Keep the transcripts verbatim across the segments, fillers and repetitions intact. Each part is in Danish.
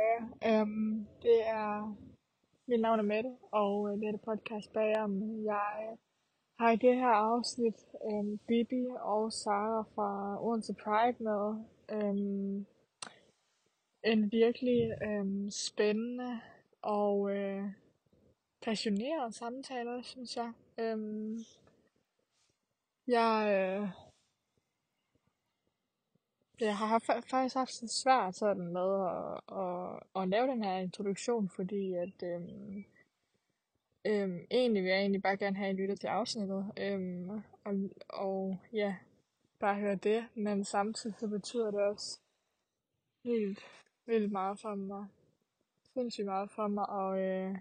tilbage. Um, det er mit navn er Mette, og øh, det er det podcast bagom. Jeg øh, har i det her afsnit um, Bibi og Sara fra Odense Pride med. Um, en virkelig um, spændende og øh, passioneret samtale, synes jeg. Um, jeg øh, Jeg har haft, faktisk haft sådan svært sådan med at, at, at lave den her introduktion, fordi at øhm, øhm, egentlig vil jeg egentlig bare gerne have, at I lytter til afsnittet, øhm, og, og ja, bare høre det, men samtidig så betyder det også helt vildt meget for mig, sindssygt meget for mig, og, øh,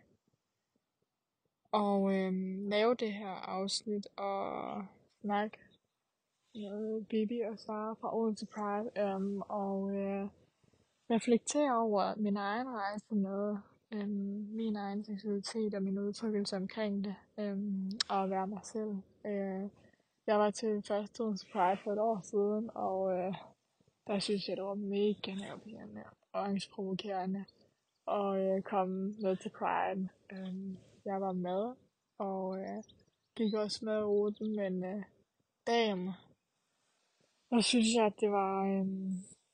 og øhm, lave det her afsnit og snakke med Bibi og Sara fra Odense Pride, øhm, og øh, reflektere over min egen rejse med øhm, min egen seksualitet og min udtrykkelse omkring det, øhm, og at være mig selv. Øh, jeg var til første Odense Pride for et år siden, og øh, der synes jeg, det var mega nervepirrende og angstprovokerende at øh, komme med til Pride. Øh, jeg var med, og øh, gik også med i ruten, men øh, damn, der synes jeg, at det var øh,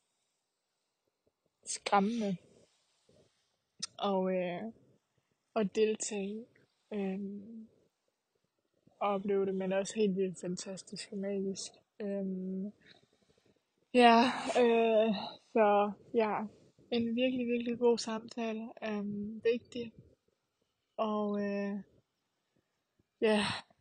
skræmmende og øh, at deltage øhm, og opleve det, men også helt vildt fantastisk og magisk. Øhm, ja, øh, så ja, en virkelig, virkelig god samtale. Øhm, vigtig. Og øh, ja,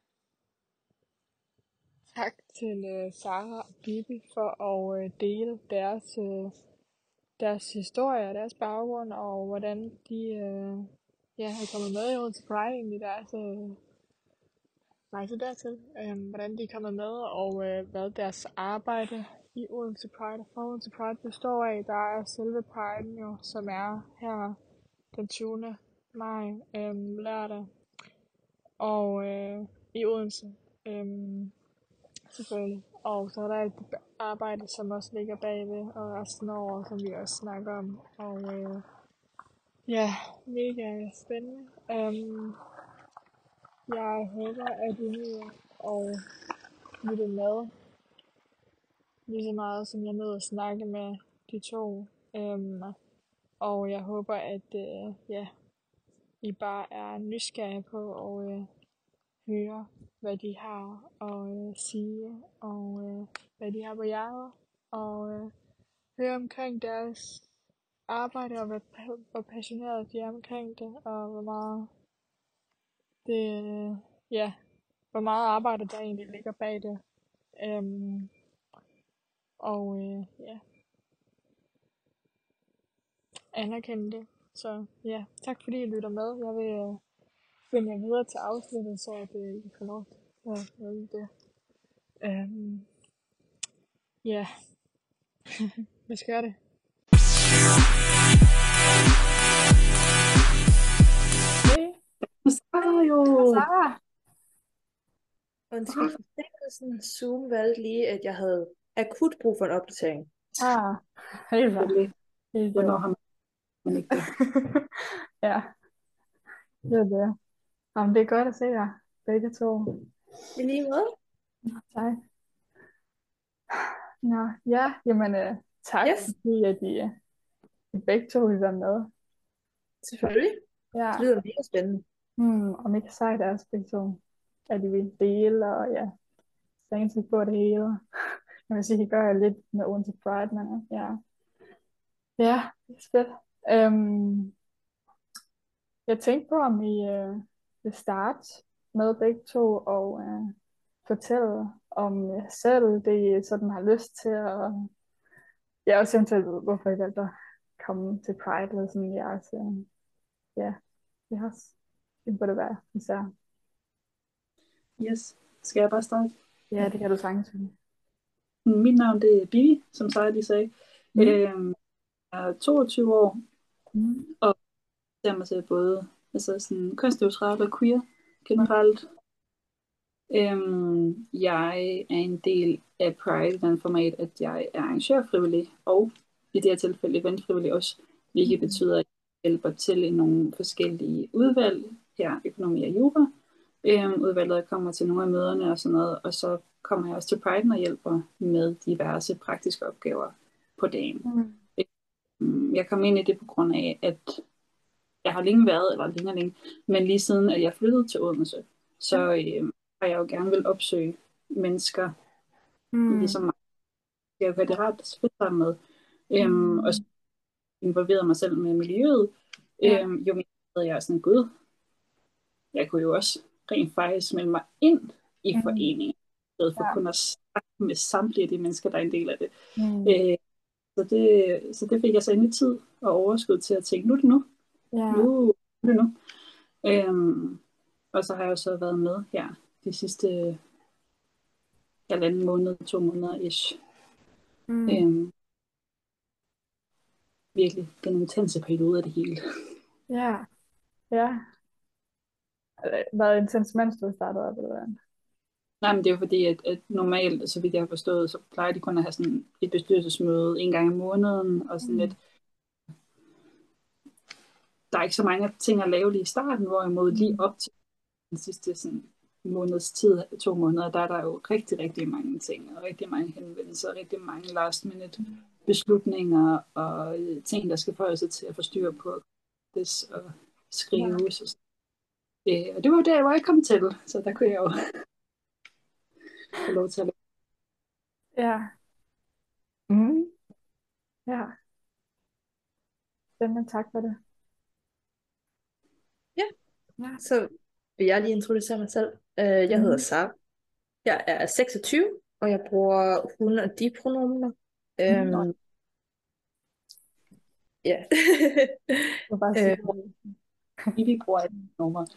tak til øh, Sara og Bibi for at øh, dele deres, øh, deres historie og deres baggrund, og hvordan de øh, ja, har kommet med i Odense Pride egentlig deres øh, rejse dertil, øh, hvordan de er kommet med, og øh, hvad deres arbejde i Odense Pride og for Odense Pride består af. Der er selve Pride jo, som er her den tyvende maj, øh, lørdag, og øh, i Odense, øh, selvfølgelig. Og så er der et arbejde, som også ligger bagved, og resten af året, som vi også snakker om. Og øh, ja, mega spændende. Øh, Jeg håber, at I nyder og lytter med lige så meget, som jeg nød at snakke med de to. Øhm, og jeg håber, at øh, ja, I bare er nysgerrige på at øh, høre, hvad de har at øh, sige, og øh, hvad de har på hjertet, og øh, høre omkring deres arbejde, og hvor, hvor passionerede de er omkring det, og hvor meget det, øh, ja, hvor meget arbejde der egentlig ligger bag det. Øhm, og øh, ja, anerkende det. Så ja, tak fordi I lytter med. Jeg vil øh, finde jer videre til afsnittet, så at øh, I får lov til at høre det. Øhm, ja, lad os gøre det. Hey, Sara jo. Sara. Undskyld forsinkelsen. Zoom valgte lige, at jeg havde akut brug for en opdatering. Ah, helt klart. Selvfølgelig. Helt Hvornår klart. har man ikke det? Ja, det er det. Jamen, det er godt at se jer, begge to. I lige måde. Tak. Nå, ja, jamen øh, tak, Yes. fordi at I, øh, I begge to vil være med. Selvfølgelig. Ja. Det lyder mega spændende. Hmm, og mega sejt er også begge to, at I vil dele, og ja, stænge sig på det hele. Jeg vil sige, at I gør lidt med Odense Pride, men øh, ja. Ja, det er fedt. Øhm, jeg tænkte på, om I øh, vil starte med begge to og øh, fortælle om jer selv, det I sådan har lyst til, og ja, også eventuelt hvorfor I valgte at komme til Pride, eller sådan jeres, øh, ja, jeres, det burde være især. Yes. Skal jeg bare starte? Ja, det kan du sagtens. Mit navn det er Bibi, som Sara lige sagde. Mm. Øhm, jeg er toogtyve år, Mm. og ser mig selv både altså sådan kønsneutral og queer generelt. Øhm, jeg er en del af Pride i den format, at jeg er arrangørfrivillig, og i det her tilfælde eventfrivillig også. hvilket betyder, at jeg hjælper til i nogle forskellige udvalg, her økonomi og jura. Øhm, udvalget kommer til nogle af møderne og sådan noget, og så kommer jeg også til Pride og hjælper med diverse praktiske opgaver på dagen. Mm. Øhm, Jeg kom ind i det på grund af, at jeg har længe været, eller længere længe, men lige siden, at jeg flyttede til Odense, så øhm, har jeg jo gerne vil opsøge mennesker, Mm. ligesom mig. Jeg kan det ret fedt sammen med. Øhm, og så involverede mig selv med miljøet. Ja. Øhm, jo mere havde jeg sådan, gud, jeg kunne jo også rent faktisk melde mig ind i Mm. foreningen, i stedet for Ja. kun at snakke med samtlige af de mennesker, der er en del af det. Mm. Øh, så det. Så det fik jeg så endelig tid og overskud til at tænke, nu er det nu. Ja. Nu er det nu. Øhm, og så har jeg jo så været med her de sidste halvanden måned, to måneder ish. Mm. Øhm, virkelig den intense periode af det hele. Ja. Ja. Har det været intens, mens du startede op, eller hvad? Nej, men det er jo fordi, at, at normalt, så vidt jeg har forstået, så plejer de kun at have sådan et bestyrelsesmøde en gang i måneden, og sådan Mm. lidt. Der er ikke så mange ting at lave lige i starten, hvorimod lige op til den sidste sådan, måneds tid, to måneder, der er der jo rigtig, rigtig mange ting, og rigtig mange henvendelser, og rigtig mange last minute beslutninger, og øh, ting, der skal forholde sig til at få styr på det, og skrives. Og, øh, og det var jo der, hvor jeg kom til, så der kunne jeg jo få lov til at lave. Ja. Mm. Ja. Spændende, tak for det. Ja. Ja. Så vil jeg lige introducere mig selv. Øh, Jeg hedder Mm. Sara. Jeg er seksogtyve, og jeg bruger hun og de pronomener. Nå, Øhm, ja. Jeg vil bare sige, Øh, vi bruger et nummer.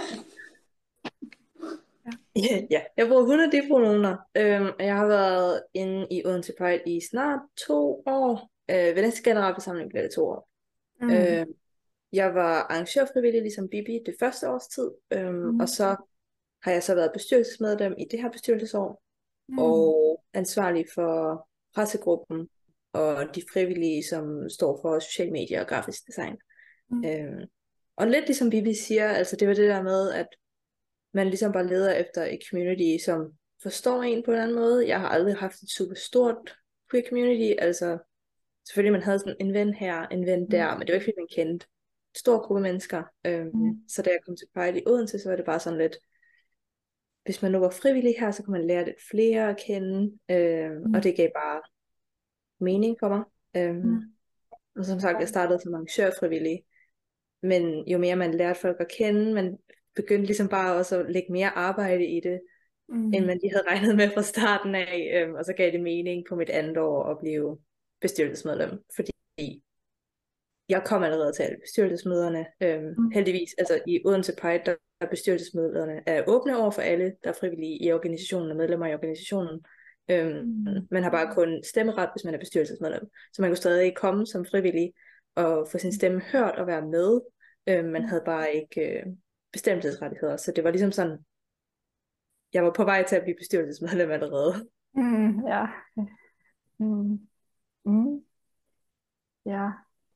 ja, ja. Jeg bruger hun og de pronomener. Øhm, og jeg har været inde i Odense Pride i snart to år. Øh, ved næste generalforsamling bliver det to år. mm. Øh, jeg var arrangørfrivillig, ligesom Bibi, det første års tid. Øhm, Mm. og så har jeg så været bestyrelsesmedlem i det her bestyrelsesår. Mm. Og ansvarlig for pressegruppen og de frivillige, som står for social media og grafisk design. Mm. Øhm, og lidt ligesom Bibi siger, altså det var det der med, at man ligesom bare leder efter et community, som forstår en på en anden måde. Jeg har aldrig haft et super stort queer community, altså selvfølgelig man havde sådan en ven her, en ven der, men det var ikke fordi man kendte en stor gruppe mennesker. Øhm, Mm. så da jeg kom til Pride i Odense, så var det bare sådan lidt, hvis man nu var frivillig her, så kunne man lære lidt flere at kende, øhm, Mm. og det gav bare mening for mig. Øhm, Mm. og som sagt, jeg startede som arrangør frivillig, men jo mere man lærte folk at kende, man begyndte ligesom bare også at lægge mere arbejde i det, Mm. end man lige havde regnet med fra starten af, øhm, og så gav det mening på mit andet år at blive bestyrelsesmedlem, fordi jeg kom allerede til alle bestyrelsesmøderne, øhm, Mm. heldigvis, altså i Odense Pride, der er bestyrelsesmøderne er åbne over for alle, der er frivillige i organisationen og medlemmer i organisationen. Øhm, Mm. man har bare kun stemmeret, hvis man er bestyrelsesmedlem, så man kunne stadig komme som frivillig og få sin stemme hørt og være med, øhm, man havde bare ikke øh, bestemmelsesrettigheder, så det var ligesom sådan, jeg var på vej til at blive bestyrelsesmedlem allerede. Mm. Ja. Mm. Mm. Ja.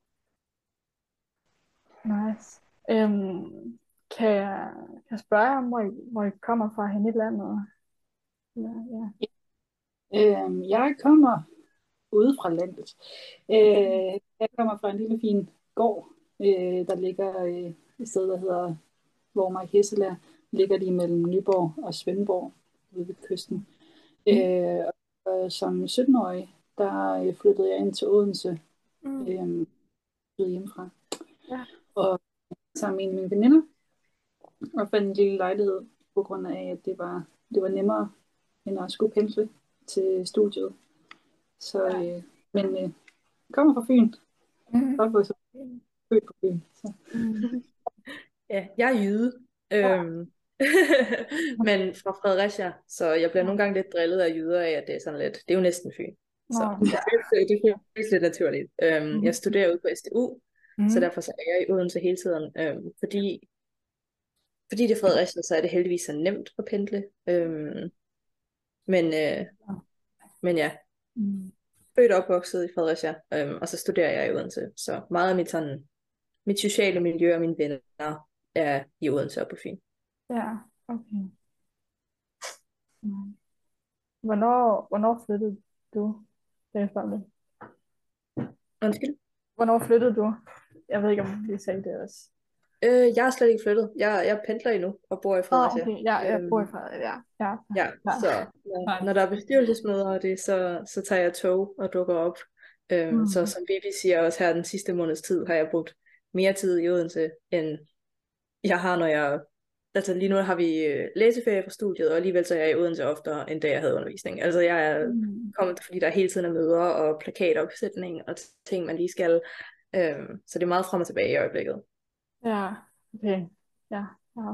Nice. Øhm, kan jeg, kan jeg spørge jer om, hvor I, hvor I kommer fra hen i landet? Ja, ja. Øhm, jeg kommer ude fra landet. Øh, jeg kommer fra en lille fin gård, øh, der ligger øh, et sted, der hedder Vormark Hesselær. Ligger lige mellem Nyborg og Svendborg ude ved kysten. Øh, og som sytten-årig, der øh, flyttede jeg ind til Odense, Mm. øh, flyttede hjemmefra. Ja. Og sammen med en af mine veninder, og fandt en lille lejlighed, på grund af, at det var, det var nemmere, end at skulle pendle til studiet. Så, Ja. øh, men øh, kommer fra Fyn, Mm. og så født på Fyn. Så. Mm. Ja, jeg er jyde, øhm, men fra Fredericia, så jeg bliver nogle gange lidt drillet af jyder af, at det er sådan lidt, det er jo næsten Fyn. Så Nå. det føles, det føles lidt naturligt. Øhm, Mm. jeg studerer ude på S D U, Mm. så derfor så er jeg i Odense hele tiden, øhm, fordi, fordi det er Fredericia, så er det heldigvis så nemt at pendle. Øhm, men, øh, men ja, Mm. født og opvokset i Fredericia, øhm, og så studerer jeg i Odense. Så meget af mit, sådan, mit sociale miljø og mine venner er i Odense og på Fyn. Ja, okay. Mm. Hvornår, hvornår flyttede du? Det er for Undskyld? Hvornår flyttede du? Jeg ved ikke, om vi sagde det også. Øh, jeg er slet ikke flyttet. Jeg, jeg pendler endnu og bor i Åh, Fredericia. okay. Ja, jeg bor i Øhm, Fredericia. Ja, ja, ja, ja. så når, Nej. når der er bestyrelsesmøder og det, så, så tager jeg tog og dukker op. Øhm, Mm. Så som Bibi siger også her den sidste måneds tid, har jeg brugt mere tid i Odense, end jeg har, når jeg... Altså lige nu har vi øh, læseferie fra studiet, og alligevel så er jeg i Odense oftere, end da jeg havde undervisning. Altså jeg er Mm. kommet, fordi der hele tiden er møder og plakatopsætning og ting, man lige skal. Øhm, så det er meget frem og tilbage i øjeblikket. Ja, okay. Ja, ja.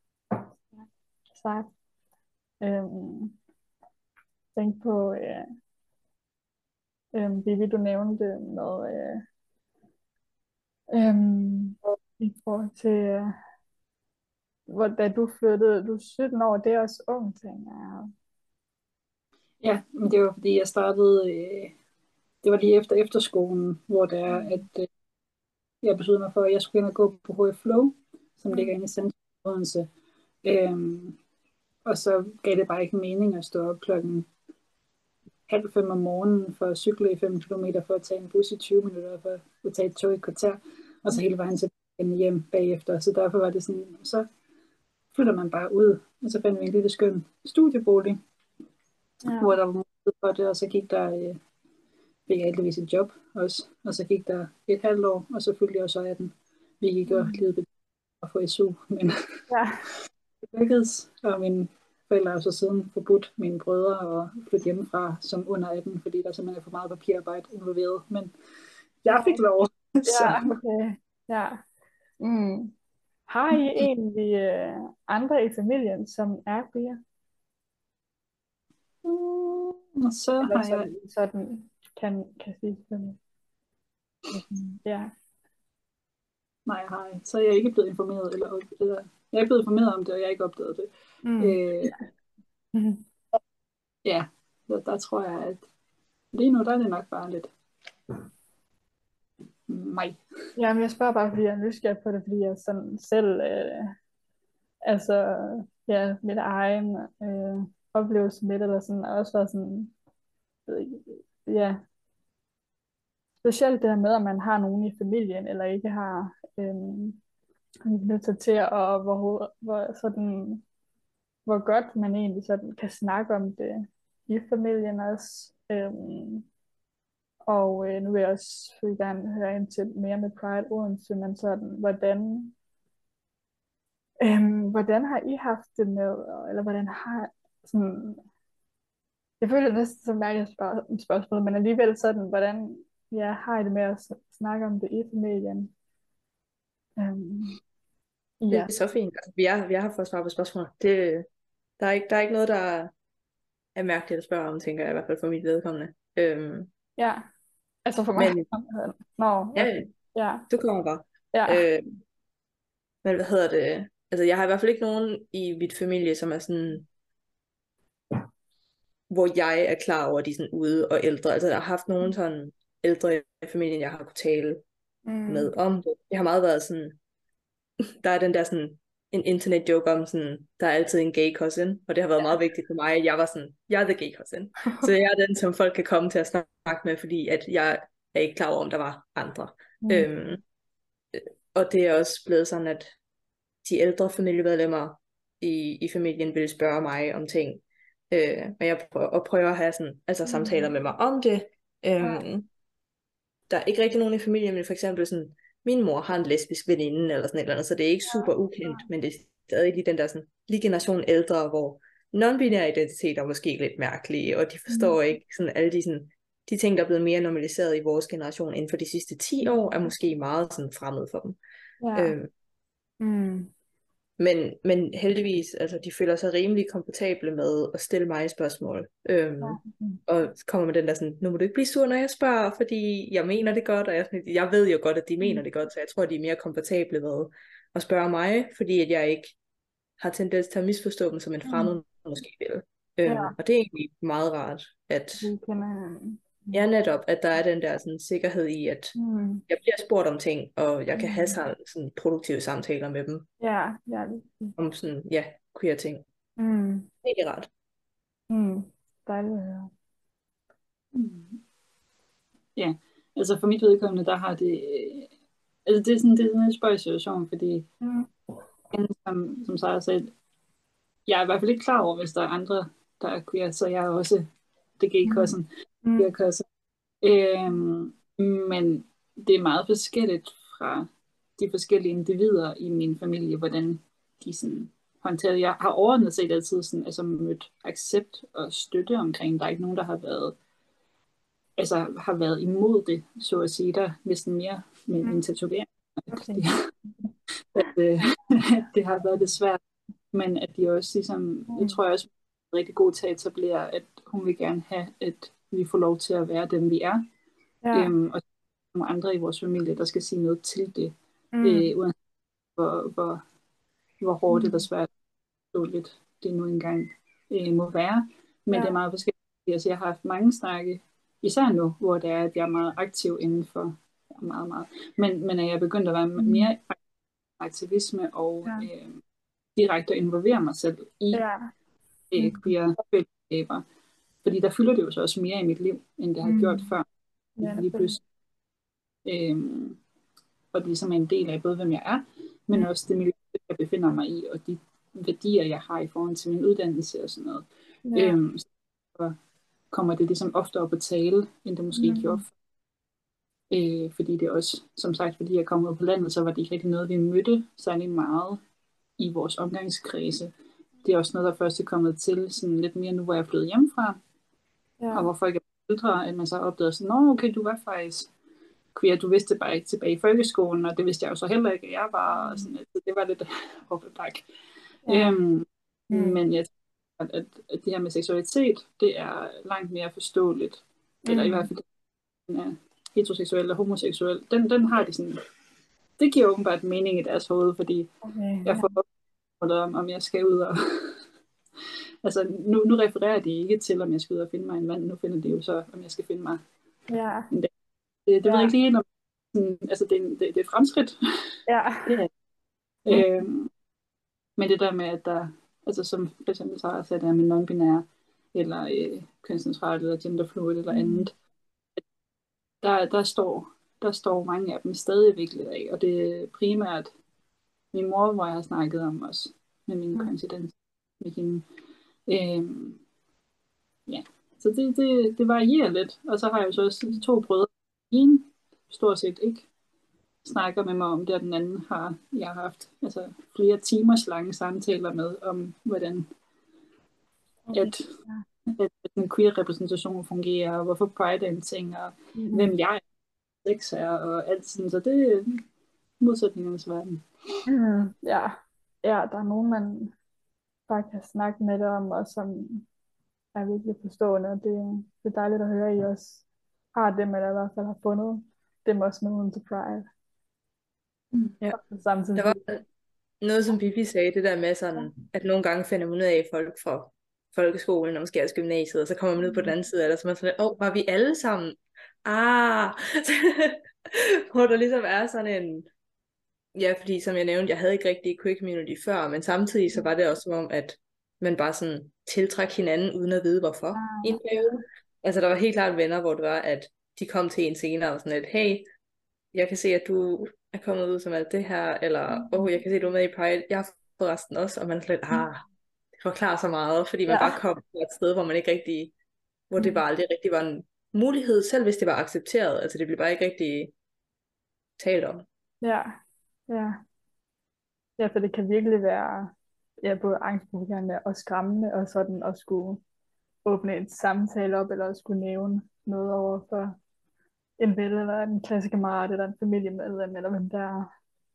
Sejt. Øhm, tænk på, øh, øhm, Vivi, du nævnte noget, øh, øhm, i forhold til, øh, hvor, da du flyttede, du er sytten år, det er også ung, tænker jeg. Ja, men det var fordi, jeg startede, øh, det var lige efter efterskolen, hvor det er, at øh, jeg besluttede mig for, at jeg skulle ind og gå på H F Flow, som Mm. ligger inde i centrum af Odense. Øhm, og så gav det bare ikke mening at stå op klokken halv fem om morgenen for at cykle i fem kilometer, for at tage en bus i tyve minutter, for at tage et tog i et kvarter, og så hele vejen til hjem bagefter. Så derfor var det sådan, så flytter man bare ud, og så fandt vi en lille skøn studiebolig, Ja. hvor der var mulighed for det, og så gik der, øh, fik jeg heldigvis et job også, og så gik der et halvt år, og så fyldte jeg også atten. Vi gik og levede at få S U, men Ja. det lykkedes, og mine forældre har så siden forbudt mine brødre og flytte hjemmefra som under atten, fordi der simpelthen er for meget papirarbejde involveret, men jeg fik lov. Så. Ja, okay. Ja. Mm. Har I egentlig øh, andre i familien, som er piger? Mm, og så Eller har jeg, sådan, sådan kan, kan sige sådan. Ja. nej, jeg har ikke. Så er jeg ikke blevet informeret, eller, eller jeg er ikke blevet informeret om det, og jeg har ikke opdaget det. Mm. Øh, Mhm. ja, der, der tror jeg, at lige nu der er det nok bare lidt mig. Jamen, jeg spørger bare, fordi jeg er nysgerrig på det, fordi jeg sådan selv, øh, altså, ja, mit egen øh, oplevelse med det, eller sådan, har også været sådan, ved ikke, ja, specielt det her med, at man har nogen i familien, eller ikke har, øh, man er nødt til at, og hvor, hvor, sådan, hvor godt man egentlig sådan kan snakke om det i familien også. Øhm, og øh, nu vil jeg også selvfølgelig gerne høre ind til mere med Pride Odense, men sådan, hvordan, øhm, hvordan har I haft det med, eller hvordan har, sådan, jeg føler næsten som mærkeligt spørg- spørgsmål, men alligevel sådan, hvordan ja, har I det med at s- snakke om det i familien? Øhm, Det ja. er så fint. Altså, vi er, vi er her for at svare på spørgsmål. Det, der, er ikke, der er ikke noget, der er mærkeligt at spørge om, tænker jeg i hvert fald for mit vedkommende. Øhm, Ja, altså for mig. men Nå, ja, okay. Ja, du kommer bare. ja. Øh, men hvad hedder det? Altså, jeg har i hvert fald ikke nogen i mit familie, som er sådan, hvor jeg er klar over, at de er sådan ude og ældre. Altså, jeg har haft nogen sådan ældre i familien, jeg har kunnet tale Mm. med om det. Det har meget været sådan, der er den der sådan, en internet joke om sådan, der er altid en gay cousin, og det har været meget vigtigt for mig, at jeg var sådan, jeg er the gay cousin. Så jeg er den, som folk kan komme til at snakke med, fordi at jeg er ikke klar over, om der var andre. Mm. Øhm, og det er også blevet sådan, at de ældre familiemedlemmer i, i familien vil spørge mig om ting, øh, og jeg prøver, og prøver at have sådan, altså samtaler med mig om det. Øhm, der er ikke rigtig nogen i familien, men for eksempel sådan, min mor har en lesbisk veninde, eller sådan et eller andet, så det er ikke super ukendt, men det er stadig lige den der sådan, lige generation ældre, hvor non-binære identiteter er måske lidt mærkelige, og de forstår ikke sådan alle de sådan, de ting, der er blevet mere normaliseret i vores generation inden for de sidste ti år, er måske meget sådan fremmed for dem. Ja. Øhm, Mm. men, men heldigvis, altså de føler sig rimelig komfortable med at stille mig spørgsmål. Øhm, Ja. Mm. og kommer med den der sådan, nu må du ikke blive sur, når jeg spørger, fordi jeg mener det godt, og jeg, sådan, jeg ved jo godt, at de mener det godt, så jeg tror, de er mere komfortable med at spørge mig, fordi at jeg ikke har tendens til at misforstå dem, som en fremmed måske vil. Øhm, Ja. og det er egentlig meget rart, at, Vi kender hinanden. Ja, netop, at der er den der sådan, sikkerhed i, at Mm. jeg bliver spurgt om ting, og jeg kan have Mm. sådan, sådan produktive samtaler med dem Ja, ja. lige- om sådan, ja, queer ting. Mm. Det er rart. Mm. Dejligt at høre. Mm. Ja, altså for mit vedkommende, der har det... øh, Altså det er sådan, det er sådan en spøjs situation, fordi Mm. som, som Sarah sagde, jeg er i hvert fald ikke klar over, hvis der er andre, der er queer, så jeg er også det gay-cousin, Mm. queer-cousin. Øhm, men det er meget forskelligt fra de forskellige individer i min familie, hvordan de sådan håndterer det. Jeg har overordnet set altid sådan, altså mødt accept og støtte omkring. Der er ikke nogen, der har været, altså, har været imod det, så at sige. Der er næsten mere med Mm. en tatovering. Okay. Det, at, øh, det har været det svært, men at de også ligesom, jeg tror jeg også er rigtig god til at etablere, at hun vil gerne have, at vi får lov til at være dem, vi er. Ja. Øhm, og nogle andre i vores familie, der skal sige noget til det, Mm. øh, uanset hvor, hvor, hvor hårdt Mm. eller svært lidt det nu engang øh, må være. Men Ja. det er meget forskelligt. Altså, jeg har haft mange snakke, især nu, hvor det er, at jeg er meget aktiv inden for, ja, meget, meget, men, men at jeg er begyndt at være Mm. mere aktivisme og Ja. øh, direkte at involvere mig selv i Ja. øh, Mm. queer fællesskaber. Fordi der fylder det jo så også mere i mit liv, end det har Mm. gjort før. Ja, Lige selvfølgelig. pludselig. Øhm, og det som er en del af både, hvem jeg er, men Mm. også det miljø, jeg befinder mig i, og de værdier, jeg har i forhold til min uddannelse og sådan noget. Ja. Øhm, så kommer det ligesom oftere på tale, end det måske Mm. gjorde. Øh, fordi det er også, som sagt, fordi jeg kom ud på landet, så var det ikke rigtig noget, vi mødte særlig meget i vores omgangskredse. Det er også noget, der først er kommet til sådan lidt mere nu, hvor jeg er flyttet hjemmefra, Ja. og hvor folk er ældre, at man så opdager sådan, nå okay, du var faktisk queer, du vidste bare ikke tilbage i folkeskolen, og det vidste jeg jo så heller ikke, at jeg var, og sådan, så det var lidt op ad bakke. Ja. Øhm, Mm. men jeg tror, at, at det her med seksualitet, det er langt mere forståeligt, eller i hvert Mm. fald den er heteroseksuel og homoseksuel, den, den har de sådan, det giver åbenbart mening i deres hoved, fordi Okay. jeg Ja. får opfordret om, om jeg skal ud og altså nu, nu refererer de ikke til, om jeg skal ud og finde mig en mand, nu finder de jo så, om jeg skal finde mig Ja. en dag. Det, det ved Ja. jeg ikke lige, om sådan, altså det, er en- det, det er et fremskridt. Ja. Det er øhm, men det der med, at der, altså som for eksempel så har jeg sat, der med non-binære, eller øh, kønsneutrale, eller genderfluid, eller Mm. andet, der, der, står, der står mange af dem stadigvæk lidt af, og det er primært min mor, hvor jeg har snakket om også, med min Mm. koincidens med hende. Øhm, ja, så det, det, det varierer lidt, og så har jeg jo så også to brødre. En stort set ikke snakker med mig om det, og den anden har jeg har haft altså, flere timers lange samtaler med, om hvordan Okay. at, at, at den queer repræsentation fungerer, og hvorfor Pride er en ting, og Mm. hvem jeg er, sex er, og alt sådan, så det er modsætningernes verden. Mm. Ja. Ja, der er nogen, man bare kan snakke med det om, og som er virkelig forstående, og det, det er dejligt at høre, at I også har dem, eller i hvert fald har fundet dem også med uden til Pride. Ja. Og samtidig, Der var noget, som Bibi sagde, det der med sådan, at nogle gange finder man ud af folk fra folkeskolen, og måske også gymnasiet, og så kommer man ud på den anden side af det, og så er man sådan, åh, oh, var vi alle sammen? Ah! Hvor der ligesom er sådan en, ja, fordi som jeg nævnte, jeg havde ikke rigtig queer community før, men samtidig så var det også som om, at man bare sådan tiltrak hinanden, uden at vide hvorfor i en periode. Altså der var helt klart venner, hvor det var, at de kom til en senere og sådan lidt, hey, jeg kan se, at du er kommet ud som alt det her, eller, åh, oh, jeg kan se, at du er med i Pride, jeg har forresten også, og man er slet, ah, det forklarer så meget, fordi man Ja. bare kom til et sted, hvor man ikke rigtig, hvor det Mm. bare aldrig rigtig var en mulighed, selv hvis det var accepteret, altså det blev bare ikke rigtig talt om. Ja, ja. Ja, for det kan virkelig være ja, både angstprovokerende og skræmmende, og sådan at skulle åbne et samtale op, eller at skulle nævne noget over for en ven, eller en klassekammerat, eller en familiemedlem, eller hvem der er.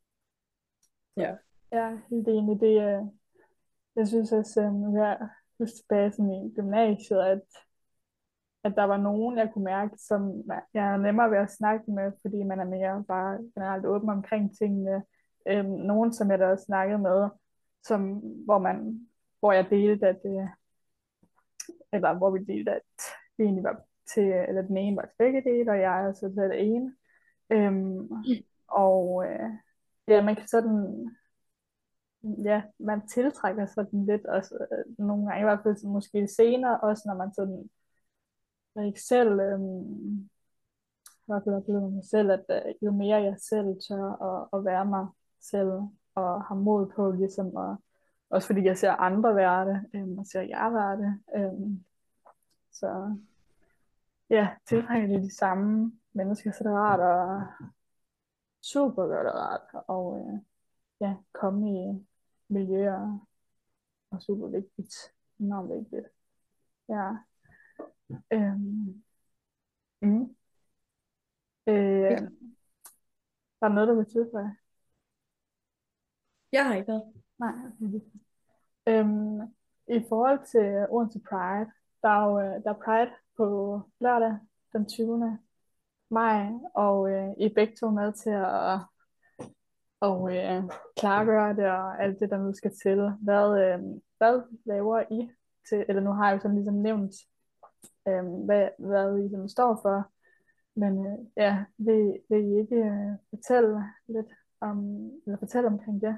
Ja. Ja, helt enig. Det, øh, jeg synes også, øh, nu er jeg huske tilbage sådan i gymnasiet, at, at der var nogen, jeg kunne mærke, som jeg er nemmere ved at snakke med, fordi man er mere bare generelt åben omkring tingene. Øhm, nogen, som jeg da også snakkede med, som, hvor, man, hvor jeg delte, at det, eller hvor vi delte, at vi egentlig var til, eller den ene var til begge dele, og jeg er så til det ene. Øhm, og øh, ja, man kan sådan, ja, man tiltrækker sådan lidt også, øh, nogle gange i hvert fald sådan, måske senere, også når man sådan, når ikke selv, øhm, i hvert fald oplever mig selv, at øh, jo mere jeg selv tør at, at være mig selv, og har mod på ligesom, og også fordi jeg ser andre være det, øhm, og ser jeg være det, øhm, så ja, tiltrækker det de samme mennesker, så det er rart og super godt og rart, og øh, ja, komme i miljøer er super vigtigt, enormt vigtigt. Ja. Øhm, mm. Øh, var der noget, der betyder for dig? Jeg har ikke noget. Nej, okay. Øhm, I forhold til Odense Pride, der er jo øh, der er Pride på lørdag den tyvende maj, og øh, I er begge to med til at og, øh, klargøre det og alt det, der nu skal til. Hvad, øh, hvad laver I til, eller nu har jeg jo sådan ligesom nævnt, øh, hvad, hvad I ligesom står for, men øh, ja, vil, vil I ikke øh, fortælle lidt om, eller fortælle omkring det?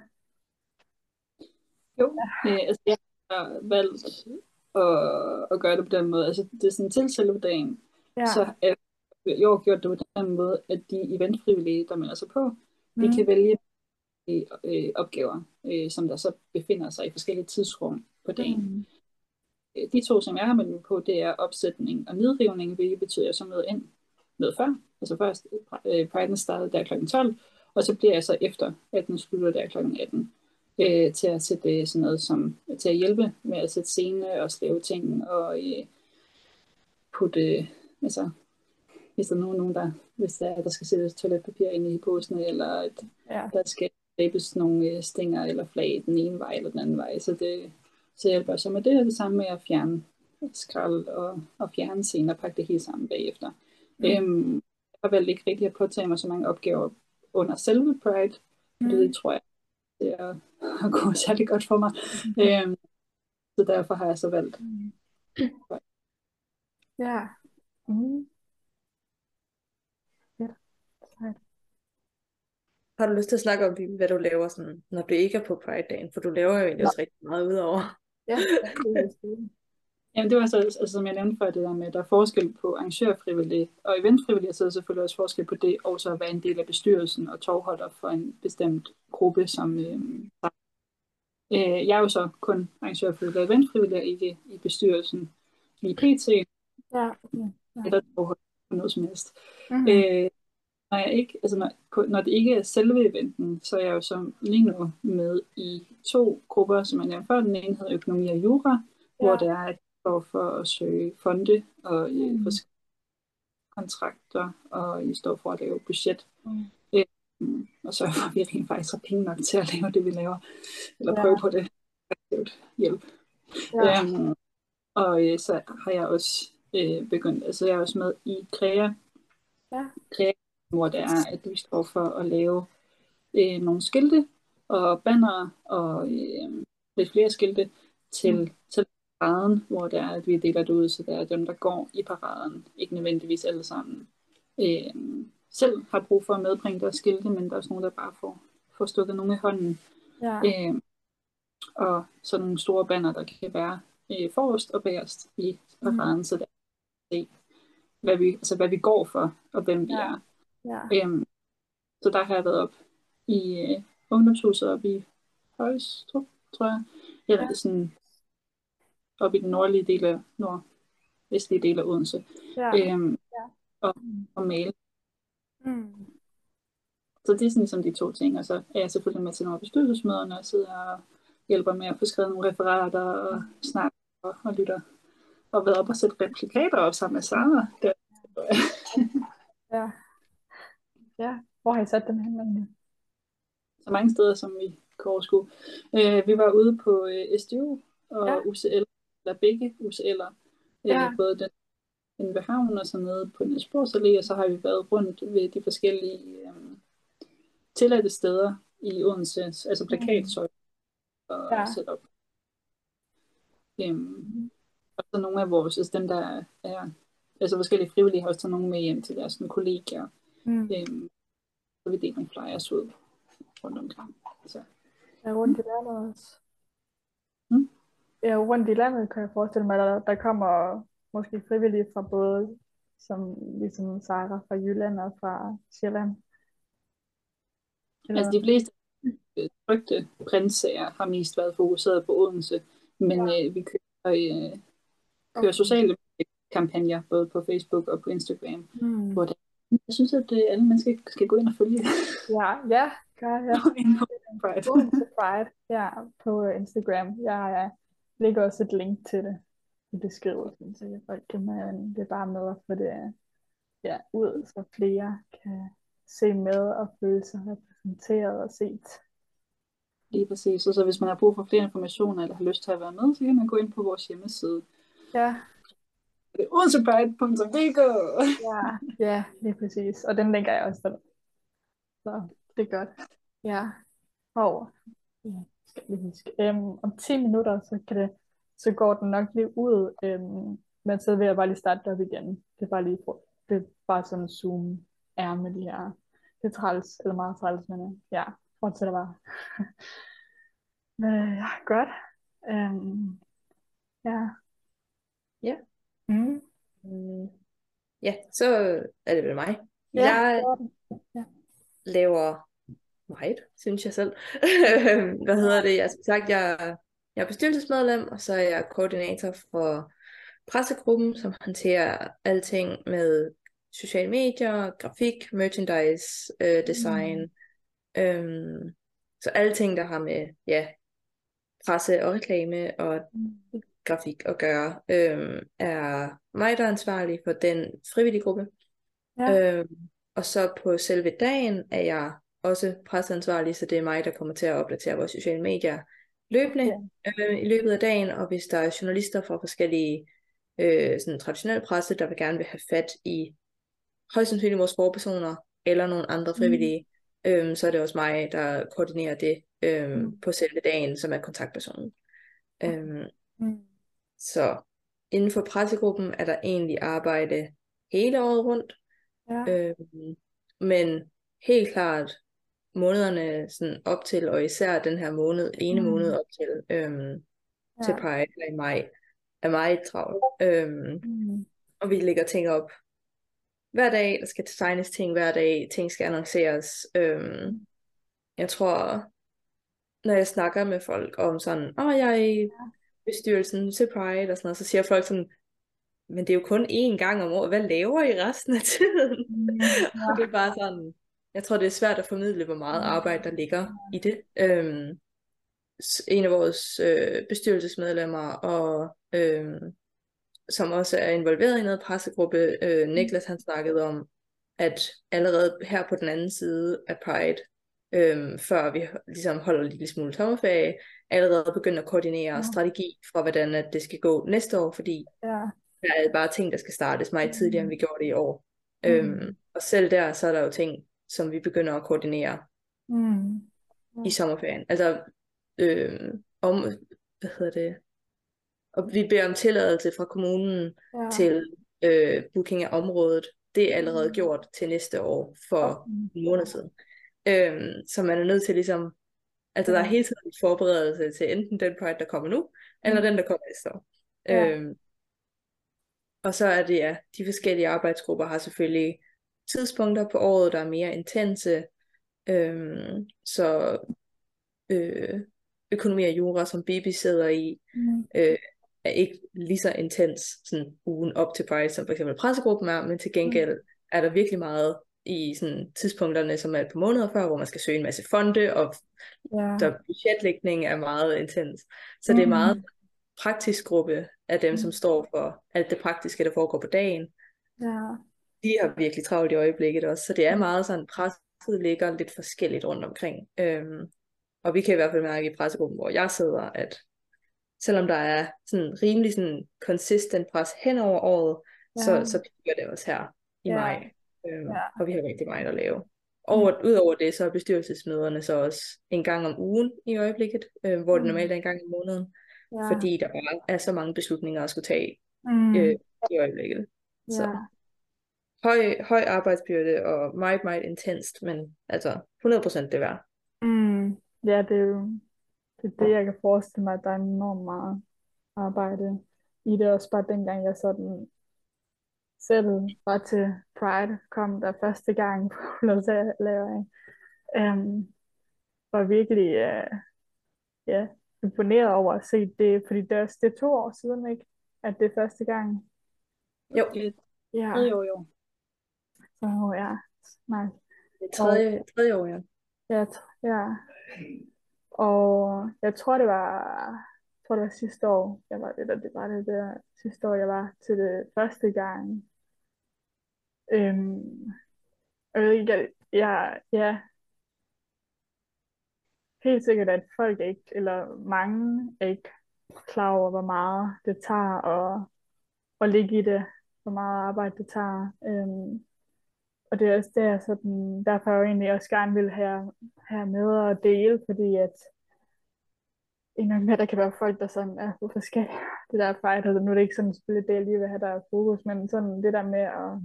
Jo, øh, altså jeg har valgt at, at gøre det på den måde. Altså det er sådan til selve dagen. Ja. Så øh, jeg har gjort det på den måde, at de eventfrivillige, der melder sig på, Mm. de kan vælge de øh, opgaver, øh, som der så befinder sig i forskellige tidsrum på dagen. Mm. Øh, De to, som jeg har meldt mig på, det er opsætning og nedrivning, hvilket betyder, at jeg så møder ind noget før. Altså først, øh, Priden startede der klokken tolv, og så bliver jeg så efter, at den slutter der klokken atten. Øh, til at sætte sådan noget som, til at hjælpe med at sætte scene og lave ting og øh, putte, altså hvis der er nogen, der, hvis der, er, der skal sættes toiletpapir ind i posen, eller at Ja. der skal stabes nogle øh, stænger eller flag den ene vej eller den anden vej, så det så hjælper jeg så med det, og det samme med at fjerne skrald og, og fjerne scene og pakke det hele sammen bagefter. Mm. Øhm, jeg har valgt ikke rigtig at påtage mig så mange opgaver under selve Pride, fordi Mm. det tror jeg, det er at gå særlig godt for mig. Øhm, så derfor har jeg så valgt. Ja. Mm. Fedt. Sejt. Har du lyst til at snakke om, hvad du laver, sådan, når du ikke er på Pride-dagen? For du laver jo egentlig Nå. også rigtig meget udover. Ja, ja, det er spændende. Jamen det var så, altså, som jeg nævnte før, det der med, at der er forskel på arrangørfrivillige og eventfrivillige, så er der selvfølgelig også forskel på det, og så at være en del af bestyrelsen og tovholder for en bestemt gruppe, som øh, øh, jeg er jo så kun arrangørfrivillig og eventfrivillig, og ikke i bestyrelsen i P T, Ja. Ja. eller tovholder for noget som helst. Mm. Øh, når, jeg ikke, altså når, når det ikke er selve eventen, så er jeg jo så lige nu med i to grupper, som jeg nævnte før. Den ene hedder økonomi og jura, ja. Hvor det er, at jeg går for at søge fonde og øh, Mm. forskellige kontrakter, og I står for at lave budget. Mm. Øh, og så for, at vi rent faktisk har penge nok til at lave det, vi laver. Eller Ja. prøve på det. Hjælp. Ja. Øhm, og øh, så har jeg også øh, begyndt, altså jeg er også med i Krea. Ja. Krea, hvor det er, at vi står for at lave øh, nogle skilte og bannere og øh, lidt flere skilte til, Mm. til paraden, hvor det er, at vi deler det ud, så det er dem, der går i paraden, ikke nødvendigvis alle sammen øh, selv har brug for at medbringe deres skilte, men der er også nogen, der bare får, får stukket nogle i hånden. Ja. Øh, og sådan nogle store banner, der kan være øh, forrest og bagerst i paraden, mm. så der kan se, hvad vi, altså, hvad vi går for, og hvem vi Ja. er. Ja. Øhm, så der har jeg været op i øh, ungdomshuset op i Højstrup, tror jeg. Eller Ja. sådan op i den nordlige del af, nordvestlige del af Odense. Ja. Øhm, Ja. og, og male. Mm. Så det er sådan ligesom de to ting. Og så er jeg selvfølgelig med til nogle af bestyrelsesmøderne og sidder og hjælper med at få skrevet nogle referater og snakker og, og lytter. Og været op og sætte replikater op sammen med Sara. Det Ja. Ja. Hvor har I sat dem hen egentlig? så mange steder, som vi kan overskue. Øh, vi var ude på øh, S D U og Ja. U C L, eller begge U C L'er. Øh, Ja. Både den, den ved havnen og så nede på Niels Bohrs Allé, og så har vi været rundt ved de forskellige øh, tilladte steder i Odense, altså plakatsøjler og Ja. setup. Øhm, og så nogle af vores, altså dem der er Altså forskellige frivillige har også taget nogen med hjem til deres sådan, kollegier. Mm. Øhm, så vi delte nogle flyers ud rundt omkring. Så. Ja, rundt i landet også. Mm. Ja, rundt i landet kan jeg forestille mig, der, der kommer måske frivillige fra både, som ligesom Sara fra Jylland og fra Sjælland. Eller... Altså de fleste trykte printsager har mest været fokuseret på Odense, men Ja. øh, vi kører, øh, kører Okay. sociale kampagner, både på Facebook og på Instagram, Mm. hvor det, jeg synes, at øh, alle mennesker skal gå ind og følge Ja, ja, gør jeg. Pride. Odense Pride, ja, på Instagram. Jeg øh, lægger også et link til det i beskrivelsen, så folk kan man, det er bare med at få det ja, ud, så flere kan se med og føle sig repræsenteret og set. Lige præcis. Og så hvis man har brug for flere informationer, eller har lyst til at være med, så kan man gå ind på vores hjemmeside. Ja, Det er odensepride punktum d k. ja, ja, lige præcis. Og den lægger jeg også der. Så det er godt. Ja, og ja, skal jeg lige huske. Øhm, om ti minutter, så, kan det, så går den nok lige ud. Øhm, men så vil jeg bare lige starte det op igen. Det er bare lige for, det er bare sådan en Zoom er med de her. Det er træls, eller meget træls, men øh, ja, fortsætter bare. Men øh, ja, godt. Øhm, ja. Ja. Mm. Mm. Ja, så er det vel mig. Ja, Jeg det var den. Ja. laver meget, synes jeg selv. Hvad hedder det? Jeg, som sagt, jeg, jeg er bestyrelsesmedlem, og så er jeg koordinator for pressegruppen, som håndterer alting med sociale medier, grafik, merchandise, øh, design. Mm. Øhm, så alting, der har med ja, presse og reklame og Mm. grafik at gøre, øhm, er mig, der er ansvarlig for den frivillige gruppe. Ja. Øhm, og så på selve dagen er jeg også presseansvarlig, så det er mig, der kommer til at opdatere vores sociale medier løbende Okay. øh, i løbet af dagen, og hvis der er journalister fra forskellige øh, sådan traditionelle presse, der vil gerne vil have fat i højst sandsynligt vores forpersoner eller nogle andre frivillige, mm. øhm, så er det også mig, der koordinerer det øhm, Mm. på selve dagen, som er kontaktpersonen. Øhm, Mm. så inden for pressegruppen er der egentlig arbejde hele året rundt. Ja. Øhm, men helt klart månederne sådan op til, og især den her måned, ene Mm. måned op til, øhm, til Ja. Pride i maj, er meget travlt. Øhm, Mm. og vi lægger ting op hver dag, der skal designes ting hver dag, ting skal annonceres. Øhm, jeg tror, når jeg snakker med folk om sådan, åh, oh, jeg er i bestyrelsen til Pride, og sådan noget, så siger folk sådan, men det er jo kun én gang om året. Hvad laver I resten af tiden? Mm. Og det Ja. er bare sådan, jeg tror, det er svært at formidle, hvor meget arbejde der ligger i det. Øhm, s- en af vores øh, bestyrelsesmedlemmer, og øhm, som også er involveret i noget pressegruppe, øh, Niklas, han snakkede om, at allerede her på den anden side af Pride, øhm, før vi ligesom holder en lille smule sommerferie, allerede begynde at koordinere Ja. strategi for, hvordan at det skal gå næste år, fordi Ja. der er bare ting, der skal startes meget tidligere, end vi gjorde det i år. Mm. Øhm, og selv der, så er der jo ting, som vi begynder at koordinere Mm. Ja. i sommerferien. Altså, øhm, om, hvad hedder det? Og vi beder om tilladelse fra kommunen Ja. til øh, booking af området. Det er allerede Mm. gjort til næste år for Okay. en måned siden. Øhm, så man er nødt til ligesom, altså der er Ja. hele tiden forberedelse til enten den Pride, der kommer nu, eller Mm. den, der kommer næste år. Ja. Øhm, Og så er det, ja, de forskellige arbejdsgrupper har selvfølgelig tidspunkter på året, der er mere intense. Øhm, så øh, økonomi og jura, som Bibi sidder i, Mm. øh, er ikke lige så intens sådan ugen op til Pride, som for eksempel pressegruppen er, men til Mm. gengæld er der virkelig meget i sådan tidspunkterne, som er et par måneder før, hvor man skal søge en masse fonde, og Ja. der budgetlægning er meget intens. Så det er meget Mm. praktisk gruppe af dem, som Mm. står for alt det praktiske, der foregår på dagen. Ja. De har virkelig travlt i øjeblikket også, så det er meget sådan, presset ligger lidt forskelligt rundt omkring. Øhm, og vi kan i hvert fald mærke i pressegruppen, hvor jeg sidder, at selvom der er sådan rimelig sådan consistent pres hen over året, Ja. så, så piker det også her i Ja. maj. Øhm, Ja. og vi har rigtig meget at lave. Mm. Og udover det, så er bestyrelsesmøderne så også en gang om ugen i øjeblikket, øh, hvor det Mm. normalt er en gang om måneden, Ja. fordi der bare er så mange beslutninger at skulle tage Mm. øh, i øjeblikket. Så Ja. høj, høj arbejdsbyrde og meget, meget intenst, men altså hundrede procent det værd. Mm. Ja, det er jo det, er det, jeg kan forestille mig, at der er enormt meget arbejde i det. Også bare dengang jeg sådan selv var til Pride, kom der første gang på U S A-lavering. Um, var virkelig uh, ja, imponeret over at se det, fordi det er, det er to år siden, ikke? At det er første gang. Jo, Det er Ja, tredje år i år. så ja, nice. det er Og, tredje, tredje år, ja. ja, t- ja. Og jeg tror, det var, jeg tror, det var sidste år, jeg var, eller det var det der sidste år, jeg var til det første gang. Øhm, og jeg ved ikke, jeg, jeg, ja, helt sikkert, at folk ikke, eller mange er ikke klar over, hvor meget det tager at, at ligge i det, hvor meget arbejde det tager. Øhm, og det er også der, sådan, derfor jeg jo egentlig også gerne vil have, have med og dele, fordi at en gang med, der kan være folk, der sådan er for forskellige. Det der fight, altså nu er det ikke sådan selvfølgelig det, jeg lige vil have, der er fokus, men sådan det der med at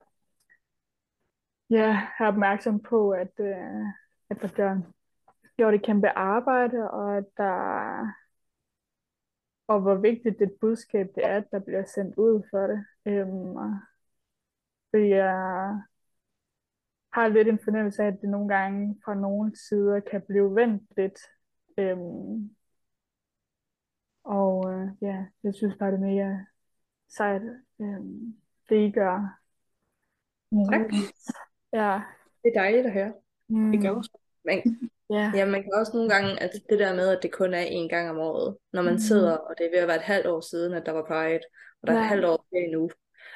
ja, have opmærksom på, at, øh, at der gør, gjort et kæmpe arbejde, og at der og hvor vigtigt det budskab det er, at der bliver sendt ud for det. Øhm, og fordi jeg har lidt en fornemmelse af, at det nogle gange fra nogle sider kan blive vendt lidt. Øhm, og øh, ja, jeg synes bare, det er mega sejt, øhm, det I gør. Tak. Mm. Ja. Det er dejligt at høre. Det gør Mm. også. Men, Ja. ja, man kan også nogle gange, at det der med, at det kun er én gang om året, når man Mm. sidder, og det er ved at være et halvt år siden, at der var Pride, og der er et Ja. halvt år til endnu.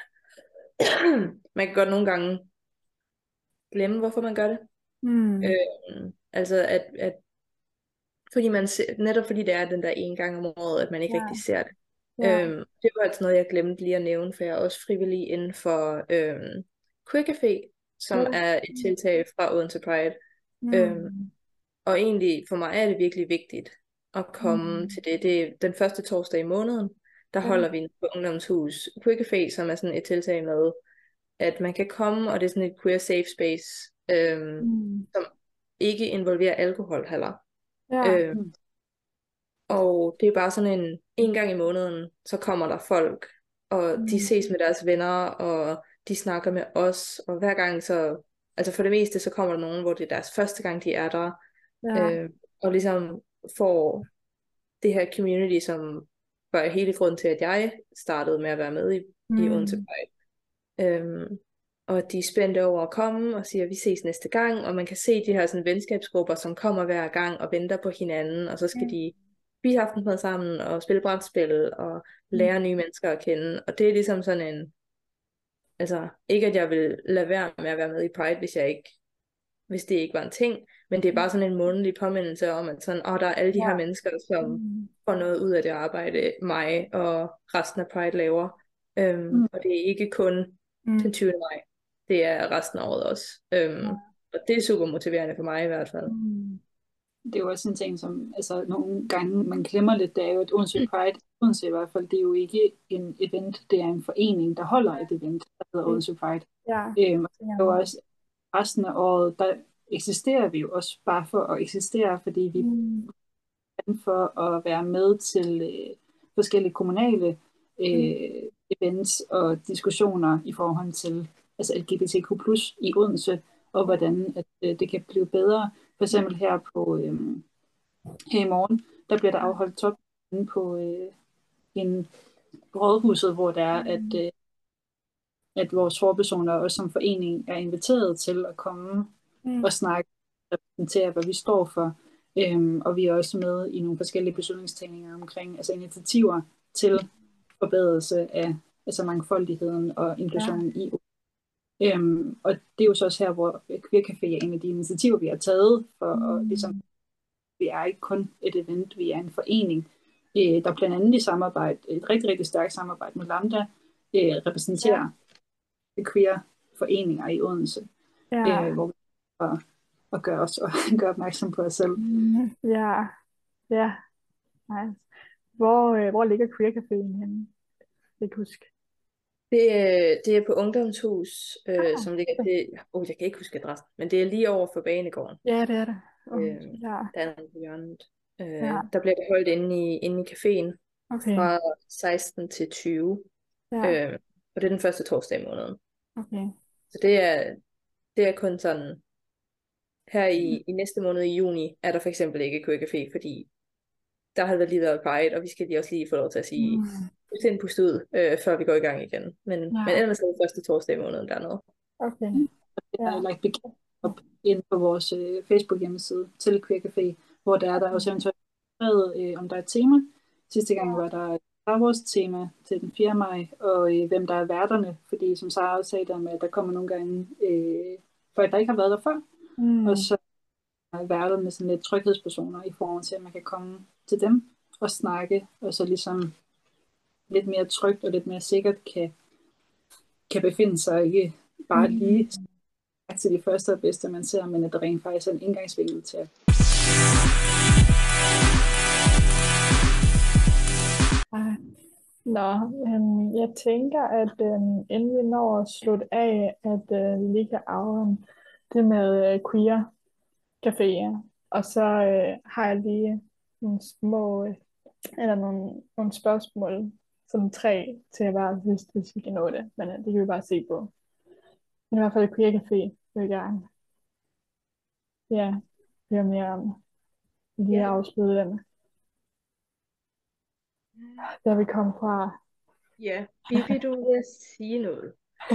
Man kan godt nogle gange glemme, hvorfor man gør det. Mm. Øhm, altså, at, at fordi man ser, netop fordi det er den der en gang om året, at man ikke Ja. rigtig ser det. Ja. Øhm, det var altså noget, jeg glemte lige at nævne, for jeg er også frivillig inden for øhm, Queer Café, som Okay. er et tiltag fra Odense Pride. Mm. Øhm, og egentlig for mig er det virkelig vigtigt at komme Mm. til det. Det er den første torsdag i måneden, der Ja. holder vi på Ungdomshus Queer Café, som er sådan et tiltag med, at man kan komme, og det er sådan et queer safe space, øhm, Mm. som ikke involverer alkohol heller. Ja. Øhm, Mm. og det er bare sådan en, en gang i måneden, så kommer der folk, og Mm. de ses med deres venner, og de snakker med os, og hver gang så, altså for det meste, så kommer der nogen, hvor det er deres første gang, de er der, Ja. øh, og ligesom får det her community, som var hele grunden til, at jeg startede med at være med i, i Odense Mm. Pride. Øhm, og de er spændte over at komme og siger, at vi ses næste gang, og man kan se de her sådan, venskabsgrupper, som kommer hver gang og venter på hinanden, og så skal Mm. de spise aftensmad sammen og spille brætspil og Mm. lære nye mennesker at kende. Og det er ligesom sådan en, altså ikke at jeg vil lade være med at være med i Pride, hvis jeg ikke, hvis det ikke var en ting, men det er bare sådan en månedlig påmindelse om, at sådan, åh, der er alle de her Ja. mennesker, som Mm. får noget ud af det arbejde, mig og resten af Pride laver. Øhm, Mm. og det er ikke kun den Mm. tyvende maj, det er resten af året også. Øhm, Ja. og det er super motiverende for mig i hvert fald. Mm. Det er jo også en ting, som altså, nogle gange man glemmer lidt, det er jo, at Odense Pride, Odense i hvert fald, det er jo ikke en event, det er en forening, der holder et event, der hedder Odense Pride. Ja. Øhm, og Det det er er jo meget. også resten af året, der eksisterer vi jo også bare for at eksistere, fordi vi Mm. er for at være med til øh, forskellige kommunale øh, events og diskussioner i forhold til altså L G B T Q plus i Odense, og hvordan at, øh, det kan blive bedre. For eksempel her på øh, her i morgen, der bliver der afholdt top på øh, en rådhuset, hvor der er, at, øh, at vores forpersoner også som forening er inviteret til at komme Mm. og snakke og repræsentere, hvad vi står for. Øhm, og vi er også med i nogle forskellige beslutningstagninger omkring altså initiativer til forbedrelse af altså mangfoldigheden og inklusionen ja. i øhm, og det er jo så også her, hvor Queer Café er en af de initiativer, vi har taget for Mm. at ligesom, vi er ikke kun et event, vi er en forening, øh, der blandt andet i samarbejde, et rigtig, rigtig stærkt samarbejde med Lambda, øh, repræsenterer ja. queer foreninger i Odense, Ja. øh, hvor vi og, og gør os og gør opmærksom på os selv. Mm. Ja. Ja. Nice. Hvor, øh, hvor ligger Queer Caféen henne? Jeg kan ikke huske. Det, er- det er på Ungdomshus, øh, Ah, som ligger okay. det. Oh, jeg kan ikke huske adressen, men det er lige over for Banegården. Ja, det er det. Uh, Øh, ja, der er noget på hjørnet. ja, Øh, der bliver det holdt inde i, inde i caféen okay. fra seksten til tyve. Ja, Øh, og det er den første torsdag i måneden. okay. Så det er, det er kun sådan, her i, i næste måned i juni, er der for eksempel ikke Queer Café, fordi der har der lige været Pride, og vi skal lige også lige få lov til at sige, Mm, puste ind, puste ud, øh, før vi går i gang igen. Men, men ja, ellers er det første torsdag i måneden dernede. okay. Jeg Ja. har lagt bekendt op ind på vores øh, Facebook-hjemmeside til Queer Café, hvor der er der også eventuelt skrevet, øh, om der er et tema. Sidste gang var der Star Wars tema til den fjerde maj, og øh, hvem der er værterne, fordi som Sara også sagde der med, at der kommer nogle gange øh, folk, der ikke har været der før, Mm, og så er værterne sådan lidt tryghedspersoner i forhold til, at man kan komme til dem og snakke, og så ligesom lidt mere trygt og lidt mere sikkert kan, kan befinde sig, ikke bare mm. lige til de første og bedste, man ser, men at der rent faktisk er en indgangsvinkel til at Ej. Nå, øhm, jeg tænker, at øhm, inden vi når at slutte af, at øh, vi lige kan afrunde det med øh, queer caféer. Og så øh, har jeg lige nogle små, øh, eller nogle, nogle spørgsmål, som tre til hver sidst, hvis vi kan nå det. Men øh, det kan vi bare se på. Men i hvert fald queer café vil jeg gerne, ja, høre mere om. Lige Ja. afslutte den, der vi kom fra. Ja, Bibi, du vil sige noget.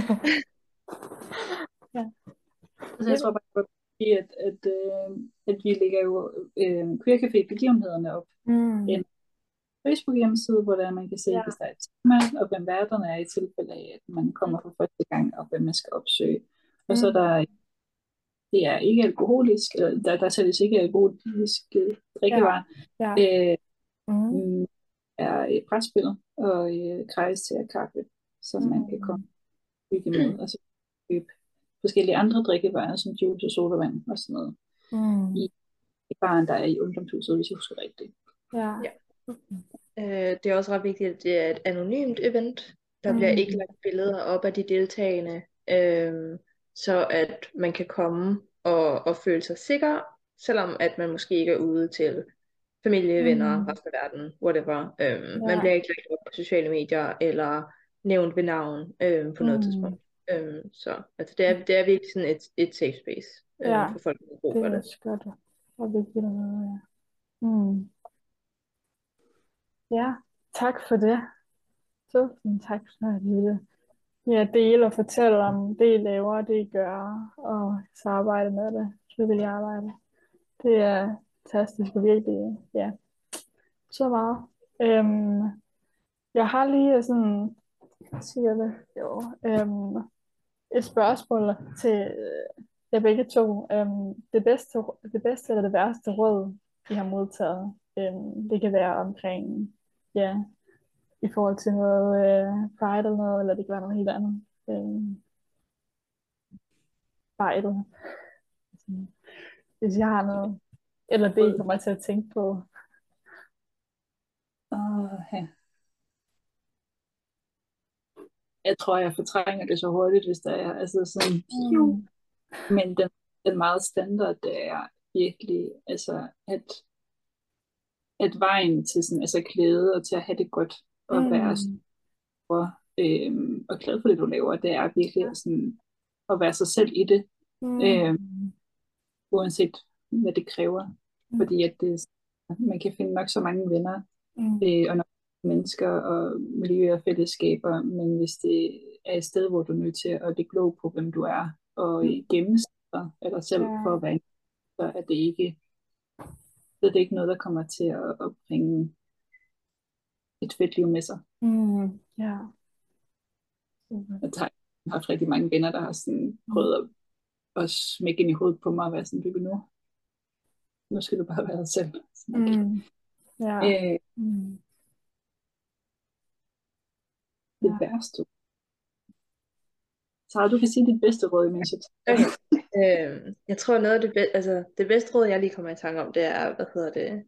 Ja. Altså, jeg tror bare, jeg vil sige, at, at, øh, at vi lægger jo øh, Queer Café begivenhederne op Mm. en Facebook hjemmeside, hvor der man kan se, Ja. hvis der er et tema, og hvem værterne er i tilfælde af, at man kommer for første gang, og hvem man skal opsøge. Og så er der, det er ikke alkoholisk, eller der, der sælges ikke alkoholisk øh, drikkevarer. Ja. Øh, Mm. mm, er et brætspil og øh, krejs til at kaffe, som man kan komme hygge med. Altså købe forskellige andre drikkevarer, som juice og sodavand og sådan noget. Mm. I, i baren, der er i ungdomshuset, hvis jeg husker rigtigt. Ja. Ja. Øh, det er også ret vigtigt, at det er et anonymt event. Der bliver Mm. ikke lagt billeder op af de deltagende, øh, så at man kan komme og, og føle sig sikker, selvom at man måske ikke er ude til familie, venner, Mm. resten af verden, whatever. Øh, Ja. Man bliver ikke lagt op på sociale medier, eller nævnt ved navn øh, på noget Mm. tidspunkt. Øh, så altså, det, er, det er virkelig sådan et, et safe space øh, Ja, for folk, der har brug det for er det. også godt og vigtigt at vide, ja. Mm. Ja, tak for det. Tusind tak for at lytte. Ja, dele og fortælle om det, I laver, det I gør, og samarbejde med det, frivilligt arbejde. Det er fantastisk og virkelig, ja, så meget. Øhm, jeg har lige sådan, siger det, jo, øhm, et spørgsmål til øh, jer begge to. Øhm, det bedste, det bedste eller det værste råd, I har modtaget, øhm, det kan være omkring, ja, i forhold til noget øh, Pride eller noget, eller det kan være noget helt andet. Øhm, bare et eller andet. Hvis jeg har noget, eller det, I kommer til at tænke på. Åh, ja. Jeg tror, jeg fortrænger det så hurtigt, hvis der er altså sådan, Mm. men den, den meget standard, det er virkelig, altså, at, at vejen til sådan, altså glæde og til at have det godt og Mm. være stor, øhm, og glad for det, du laver, det er virkelig sådan, at være sig selv i det, Mm. øhm, uanset hvad det kræver. Mm. Fordi at det, man kan finde nok så mange venner, Mm. øh, og nok mennesker og miljøer og fællesskaber, men hvis det er et sted, hvor du er nødt til at lægge låg på, hvem du er, og Mm. gemme sig af dig selv Ja. for at være en, så er det ikke, så er det ikke noget, der kommer til at, at bringe et fedt liv med sig. Mm. Ja. Super. Jeg har haft rigtig mange venner, der har sådan prøvet at, at smække ind i hovedet på mig og være sådan, Bibi, nu, nu skal du bare være dig selv. Sådan, okay. Mm. Ja. Øh, Mm. det Ja. værste. Sara, du kan sige dit bedste råd, imens jeg Okay. øhm, jeg tror noget af det, be- altså, det bedste råd, jeg lige kommer i tanke om, det er, hvad hedder det,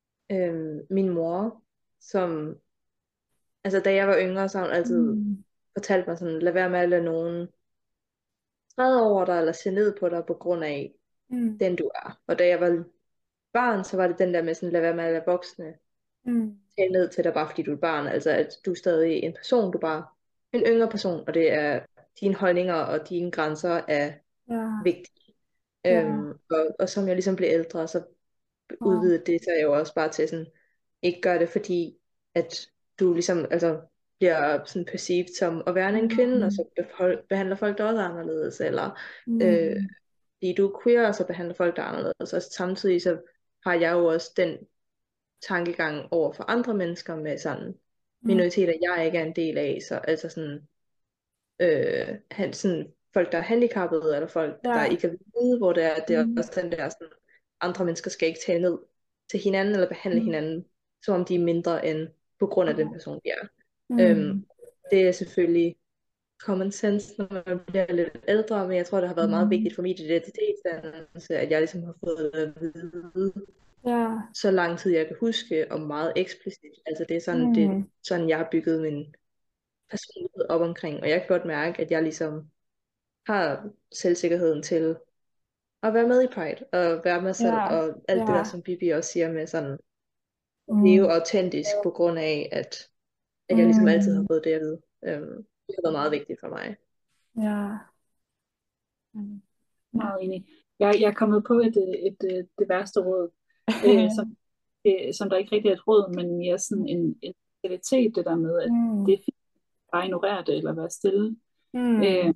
øhm, min mor, som, altså da jeg var yngre, så har hun altid Mm. fortalte mig sådan, lad være med at lade nogen træde over dig, eller se ned på dig, på grund af Mm. den du er. Og da jeg var barn, så var det den der med sådan, lad være med at lade voksne Mm. tale ned til dig, bare fordi du er et barn. Altså, at du er stadig en person, du er bare en yngre person, og det er dine holdninger og dine grænser er Ja. vigtige. Ja. Øhm, og, og som jeg ligesom blev ældre, så Ja. udvidede det sig jo også bare til sådan, ikke gøre det, fordi at du ligesom, altså, bliver sådan perceived som at være en kvinde, og så behol- behandler folk dig også anderledes, eller øh, Mm. fordi du er queer, og så behandler folk dig anderledes. Og samtidig så har jeg jo også den tankegang over for andre mennesker med sådan minoriteter, jeg ikke er en del af, så altså sådan, øh, han, sådan folk, der er handicappede, eller folk, Ja. der ikke kan vide, hvor det er, det er Mm. også den der sådan, andre mennesker skal ikke tale ned til hinanden, eller behandle Mm. hinanden, som om de er mindre end på grund af den person, de er. Mm. Øhm, det er selvfølgelig common sense, når man bliver lidt ældre, men jeg tror, det har været meget Mm. vigtigt for min identitetsdannelse, at jeg ligesom har fået at vide, Ja. så lang tid jeg kan huske, og meget eksplicit. Altså det er sådan, det, Mm. sådan jeg har bygget min personlighed op omkring, og jeg kan godt mærke, at jeg ligesom har selvsikkerheden til at være med i Pride, og være mig selv, Ja. og alt det Ja. der, som Bibi også siger med sådan, at Mm. leve autentisk, på grund af, at, at jeg ligesom altid har Mm. fået det at vide. Øhm, det har været meget vigtigt for mig. Ja. Mm. Meget enig. Jeg, jeg er kommet på et, øh, et, et, det værste råd, øh, som, øh, som der ikke rigtig er et råd, men mere sådan en, en mentalitet, det der med, at Mm. det er fint at bare ignorere det, eller være stille. Mm. Øh,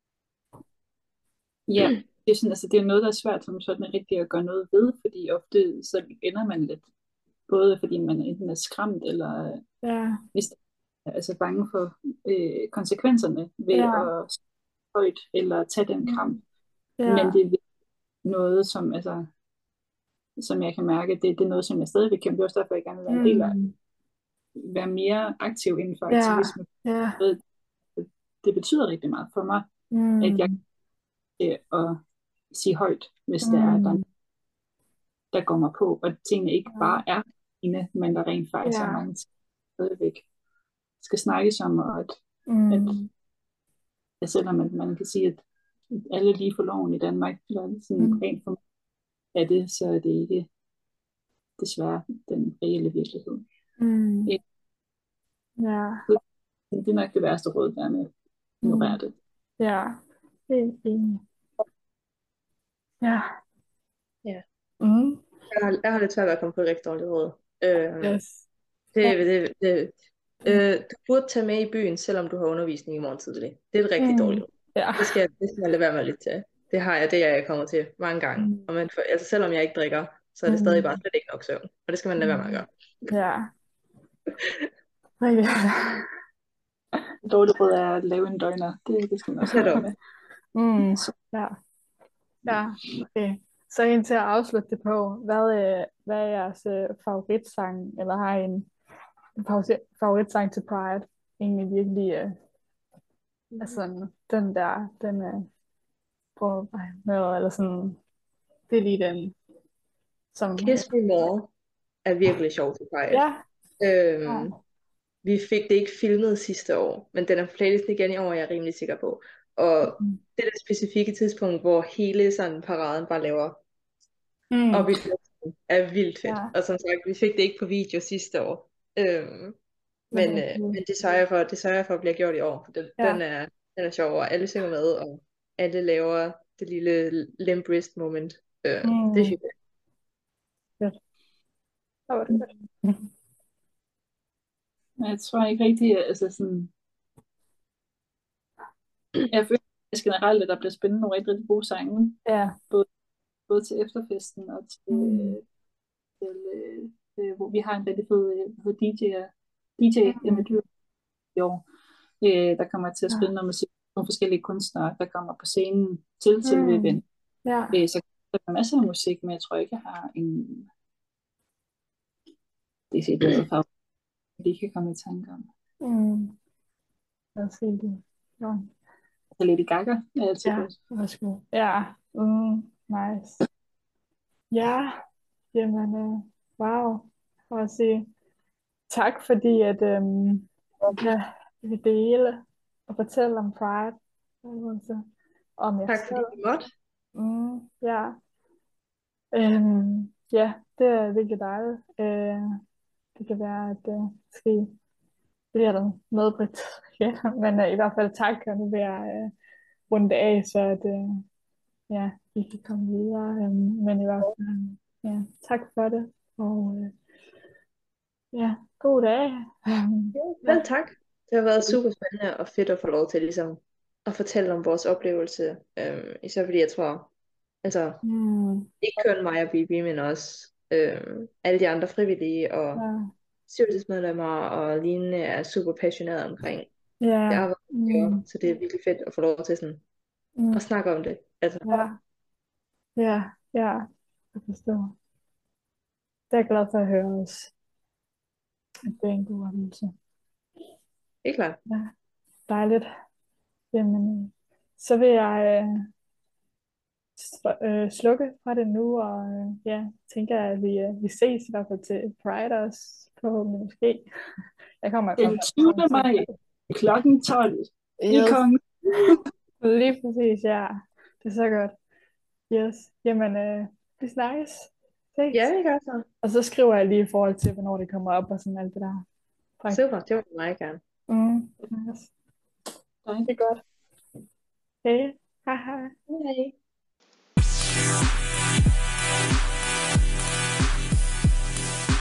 ja, det er, sådan, altså, det er noget, der er svært som sådan rigtig at gøre noget ved, fordi ofte så ender man lidt, både fordi man enten er skræmt, eller Ja. hvis altså bange for øh, konsekvenserne ved Ja. at stå højt, eller tage den kamp. Ja. Men det er noget, som, altså, som jeg kan mærke, det, det er noget, som jeg stadig vil kæmpe. Det er også derfor, jeg gerne vil være en del af. Mm. Være mere aktiv inden for Ja. aktivisme. Ja. Det betyder rigtig meget for mig, Mm. at jeg kan at sige højt, hvis der er der, Mm. der går mig på, og tingene ikke Ja. bare er ene, men der rent faktisk Ja. er mange ting, der stadigvæk skal snakkes om, og at, Mm. at, at selvom man, man kan sige, at alle er lige for loven i Danmark, eller sådan Mm. rent for mig er det, så er det ikke desværre den reelle virkelighed. Mm. Ja. Ja. Det er nok det værste råd, der er med at ignorere det. Ja. Helt enig. Ja. Ja. Mm. Jeg har, jeg har lidt svært ved at komme på et rigtig dårligt råd. Øhm, Yes. det, det, det, øh, du burde tage med i byen, selvom du har undervisning i morgen tidlig. Det er et rigtig Mm. dårligt råd. Ja. Det skal, det skal man lade være med lidt til. Det har jeg, det er jeg kommet til mange gange. Mm. Og man, får- altså selvom jeg ikke drikker, så er det stadig Mm. bare slet ikke nok søvn. Og det skal man lade være med at gøre. Ja. Okay. Det dårlige råd er at lave en døgner. Det, det skal man også Det er lade dumt. med. Mm. Ja. Ja. Okay. Så en til at afslutte det på. Hvad, øh, hvad er jeres øh, favoritsang? Eller har I en, en pause- favoritsang til Pride? Egentlig virkelig, øh, altså den der, den er på med, eller sådan, det er lige den, som, Kiss Me More er virkelig sjov til Pride. ja, Øhm, vi fik det ikke filmet sidste år, men den er på playlisten igen i år, jeg er rimelig sikker på. Og Mm. det er det specifikke tidspunkt, hvor hele sådan paraden bare laver mm. op i luften, er vildt fedt. Ja. Og som sagt, vi fik det ikke på video sidste år. Øhm, men, Men, øh, men det sørger jeg for, det sørger jeg for at blive gjort i år. For den, Ja. den, er, den er sjov, og alle synger med, og alle laver det lille limp wrist moment. Øh, Mm. Det er hyggeligt. så var det godt. Men jeg tror ikke rigtig, altså sådan... Jeg føler at generelt, at der bliver spændende nogle rigtig, rigtig gode sange. Ja. Både til efterfesten og til... Mm. til øh, øh, hvor vi har en rigtig fed øh, D J, D J Mm. Emma Dyr i år. Øh, der kommer til at Ja. spille noget musik. Nogle forskellige kunstnere, der kommer på scenen til til Mm. event. Ja. Øh, så der er masser af musik, men jeg tror ikke, jeg har en... Det er sikkert noget favorit, vi kan komme i tanke om. Mm. Lad os se det. Ja. Så Lady Gaga er altid Ja, godt. værsgo. Ja, mm, nice. Ja, jamen, øh, wow. Og at sige tak, fordi at, øhm, ja, vi vil dele at fortælle om Pride. Altså, om jer Tak fordi selv. du måtte. Mm, ja. Øhm, ja, det er virkelig dejligt. Øh, det kan være, at det måske bliver der noget på et ja, men øh, i hvert fald tak, og nu vil jeg øh, runde det af, så at øh, ja, vi kan komme videre. Øh, men i hvert fald, ja, tak for det, og øh, ja, god dag. Ja, Selv tak. Det har været super spændende og fedt at få lov til ligesom at fortælle om vores oplevelse. Øhm, især fordi jeg tror, altså mm, ikke kun mig og Bibi, men også øhm, alle de andre frivillige og ja, styrelsesmedlemmer og lignende er super passionerede omkring det ja, arbejde, vi gør. mm, Så det er virkelig fedt at få lov til sådan mm, at snakke om det. Altså, ja, ja, ja, jeg forstår. Det er jeg glad for at høre også, at det er en god oplevelse. helt klart. Ja, dejligt. Jamen, øh, så vil jeg øh, s- øh, slukke fra det nu, og øh, ja, tænker, at vi, øh, vi ses i hvert fald til Pride også, forhåbentlig måske. Jeg kommer i hvert Den fald tyvende maj klokken tolv i Yes, Kongen. lige præcis, ja. Det er så godt. Yes. Jamen, øh, vi snakkes. Ses. Ja, vi gør så. Og så skriver jeg lige i forhold til, hvornår det kommer op og sådan alt det der. Tak. Super, det var meget gerne. Mm, yes. Nej. Det er godt. Hej. Hej hej. Hej.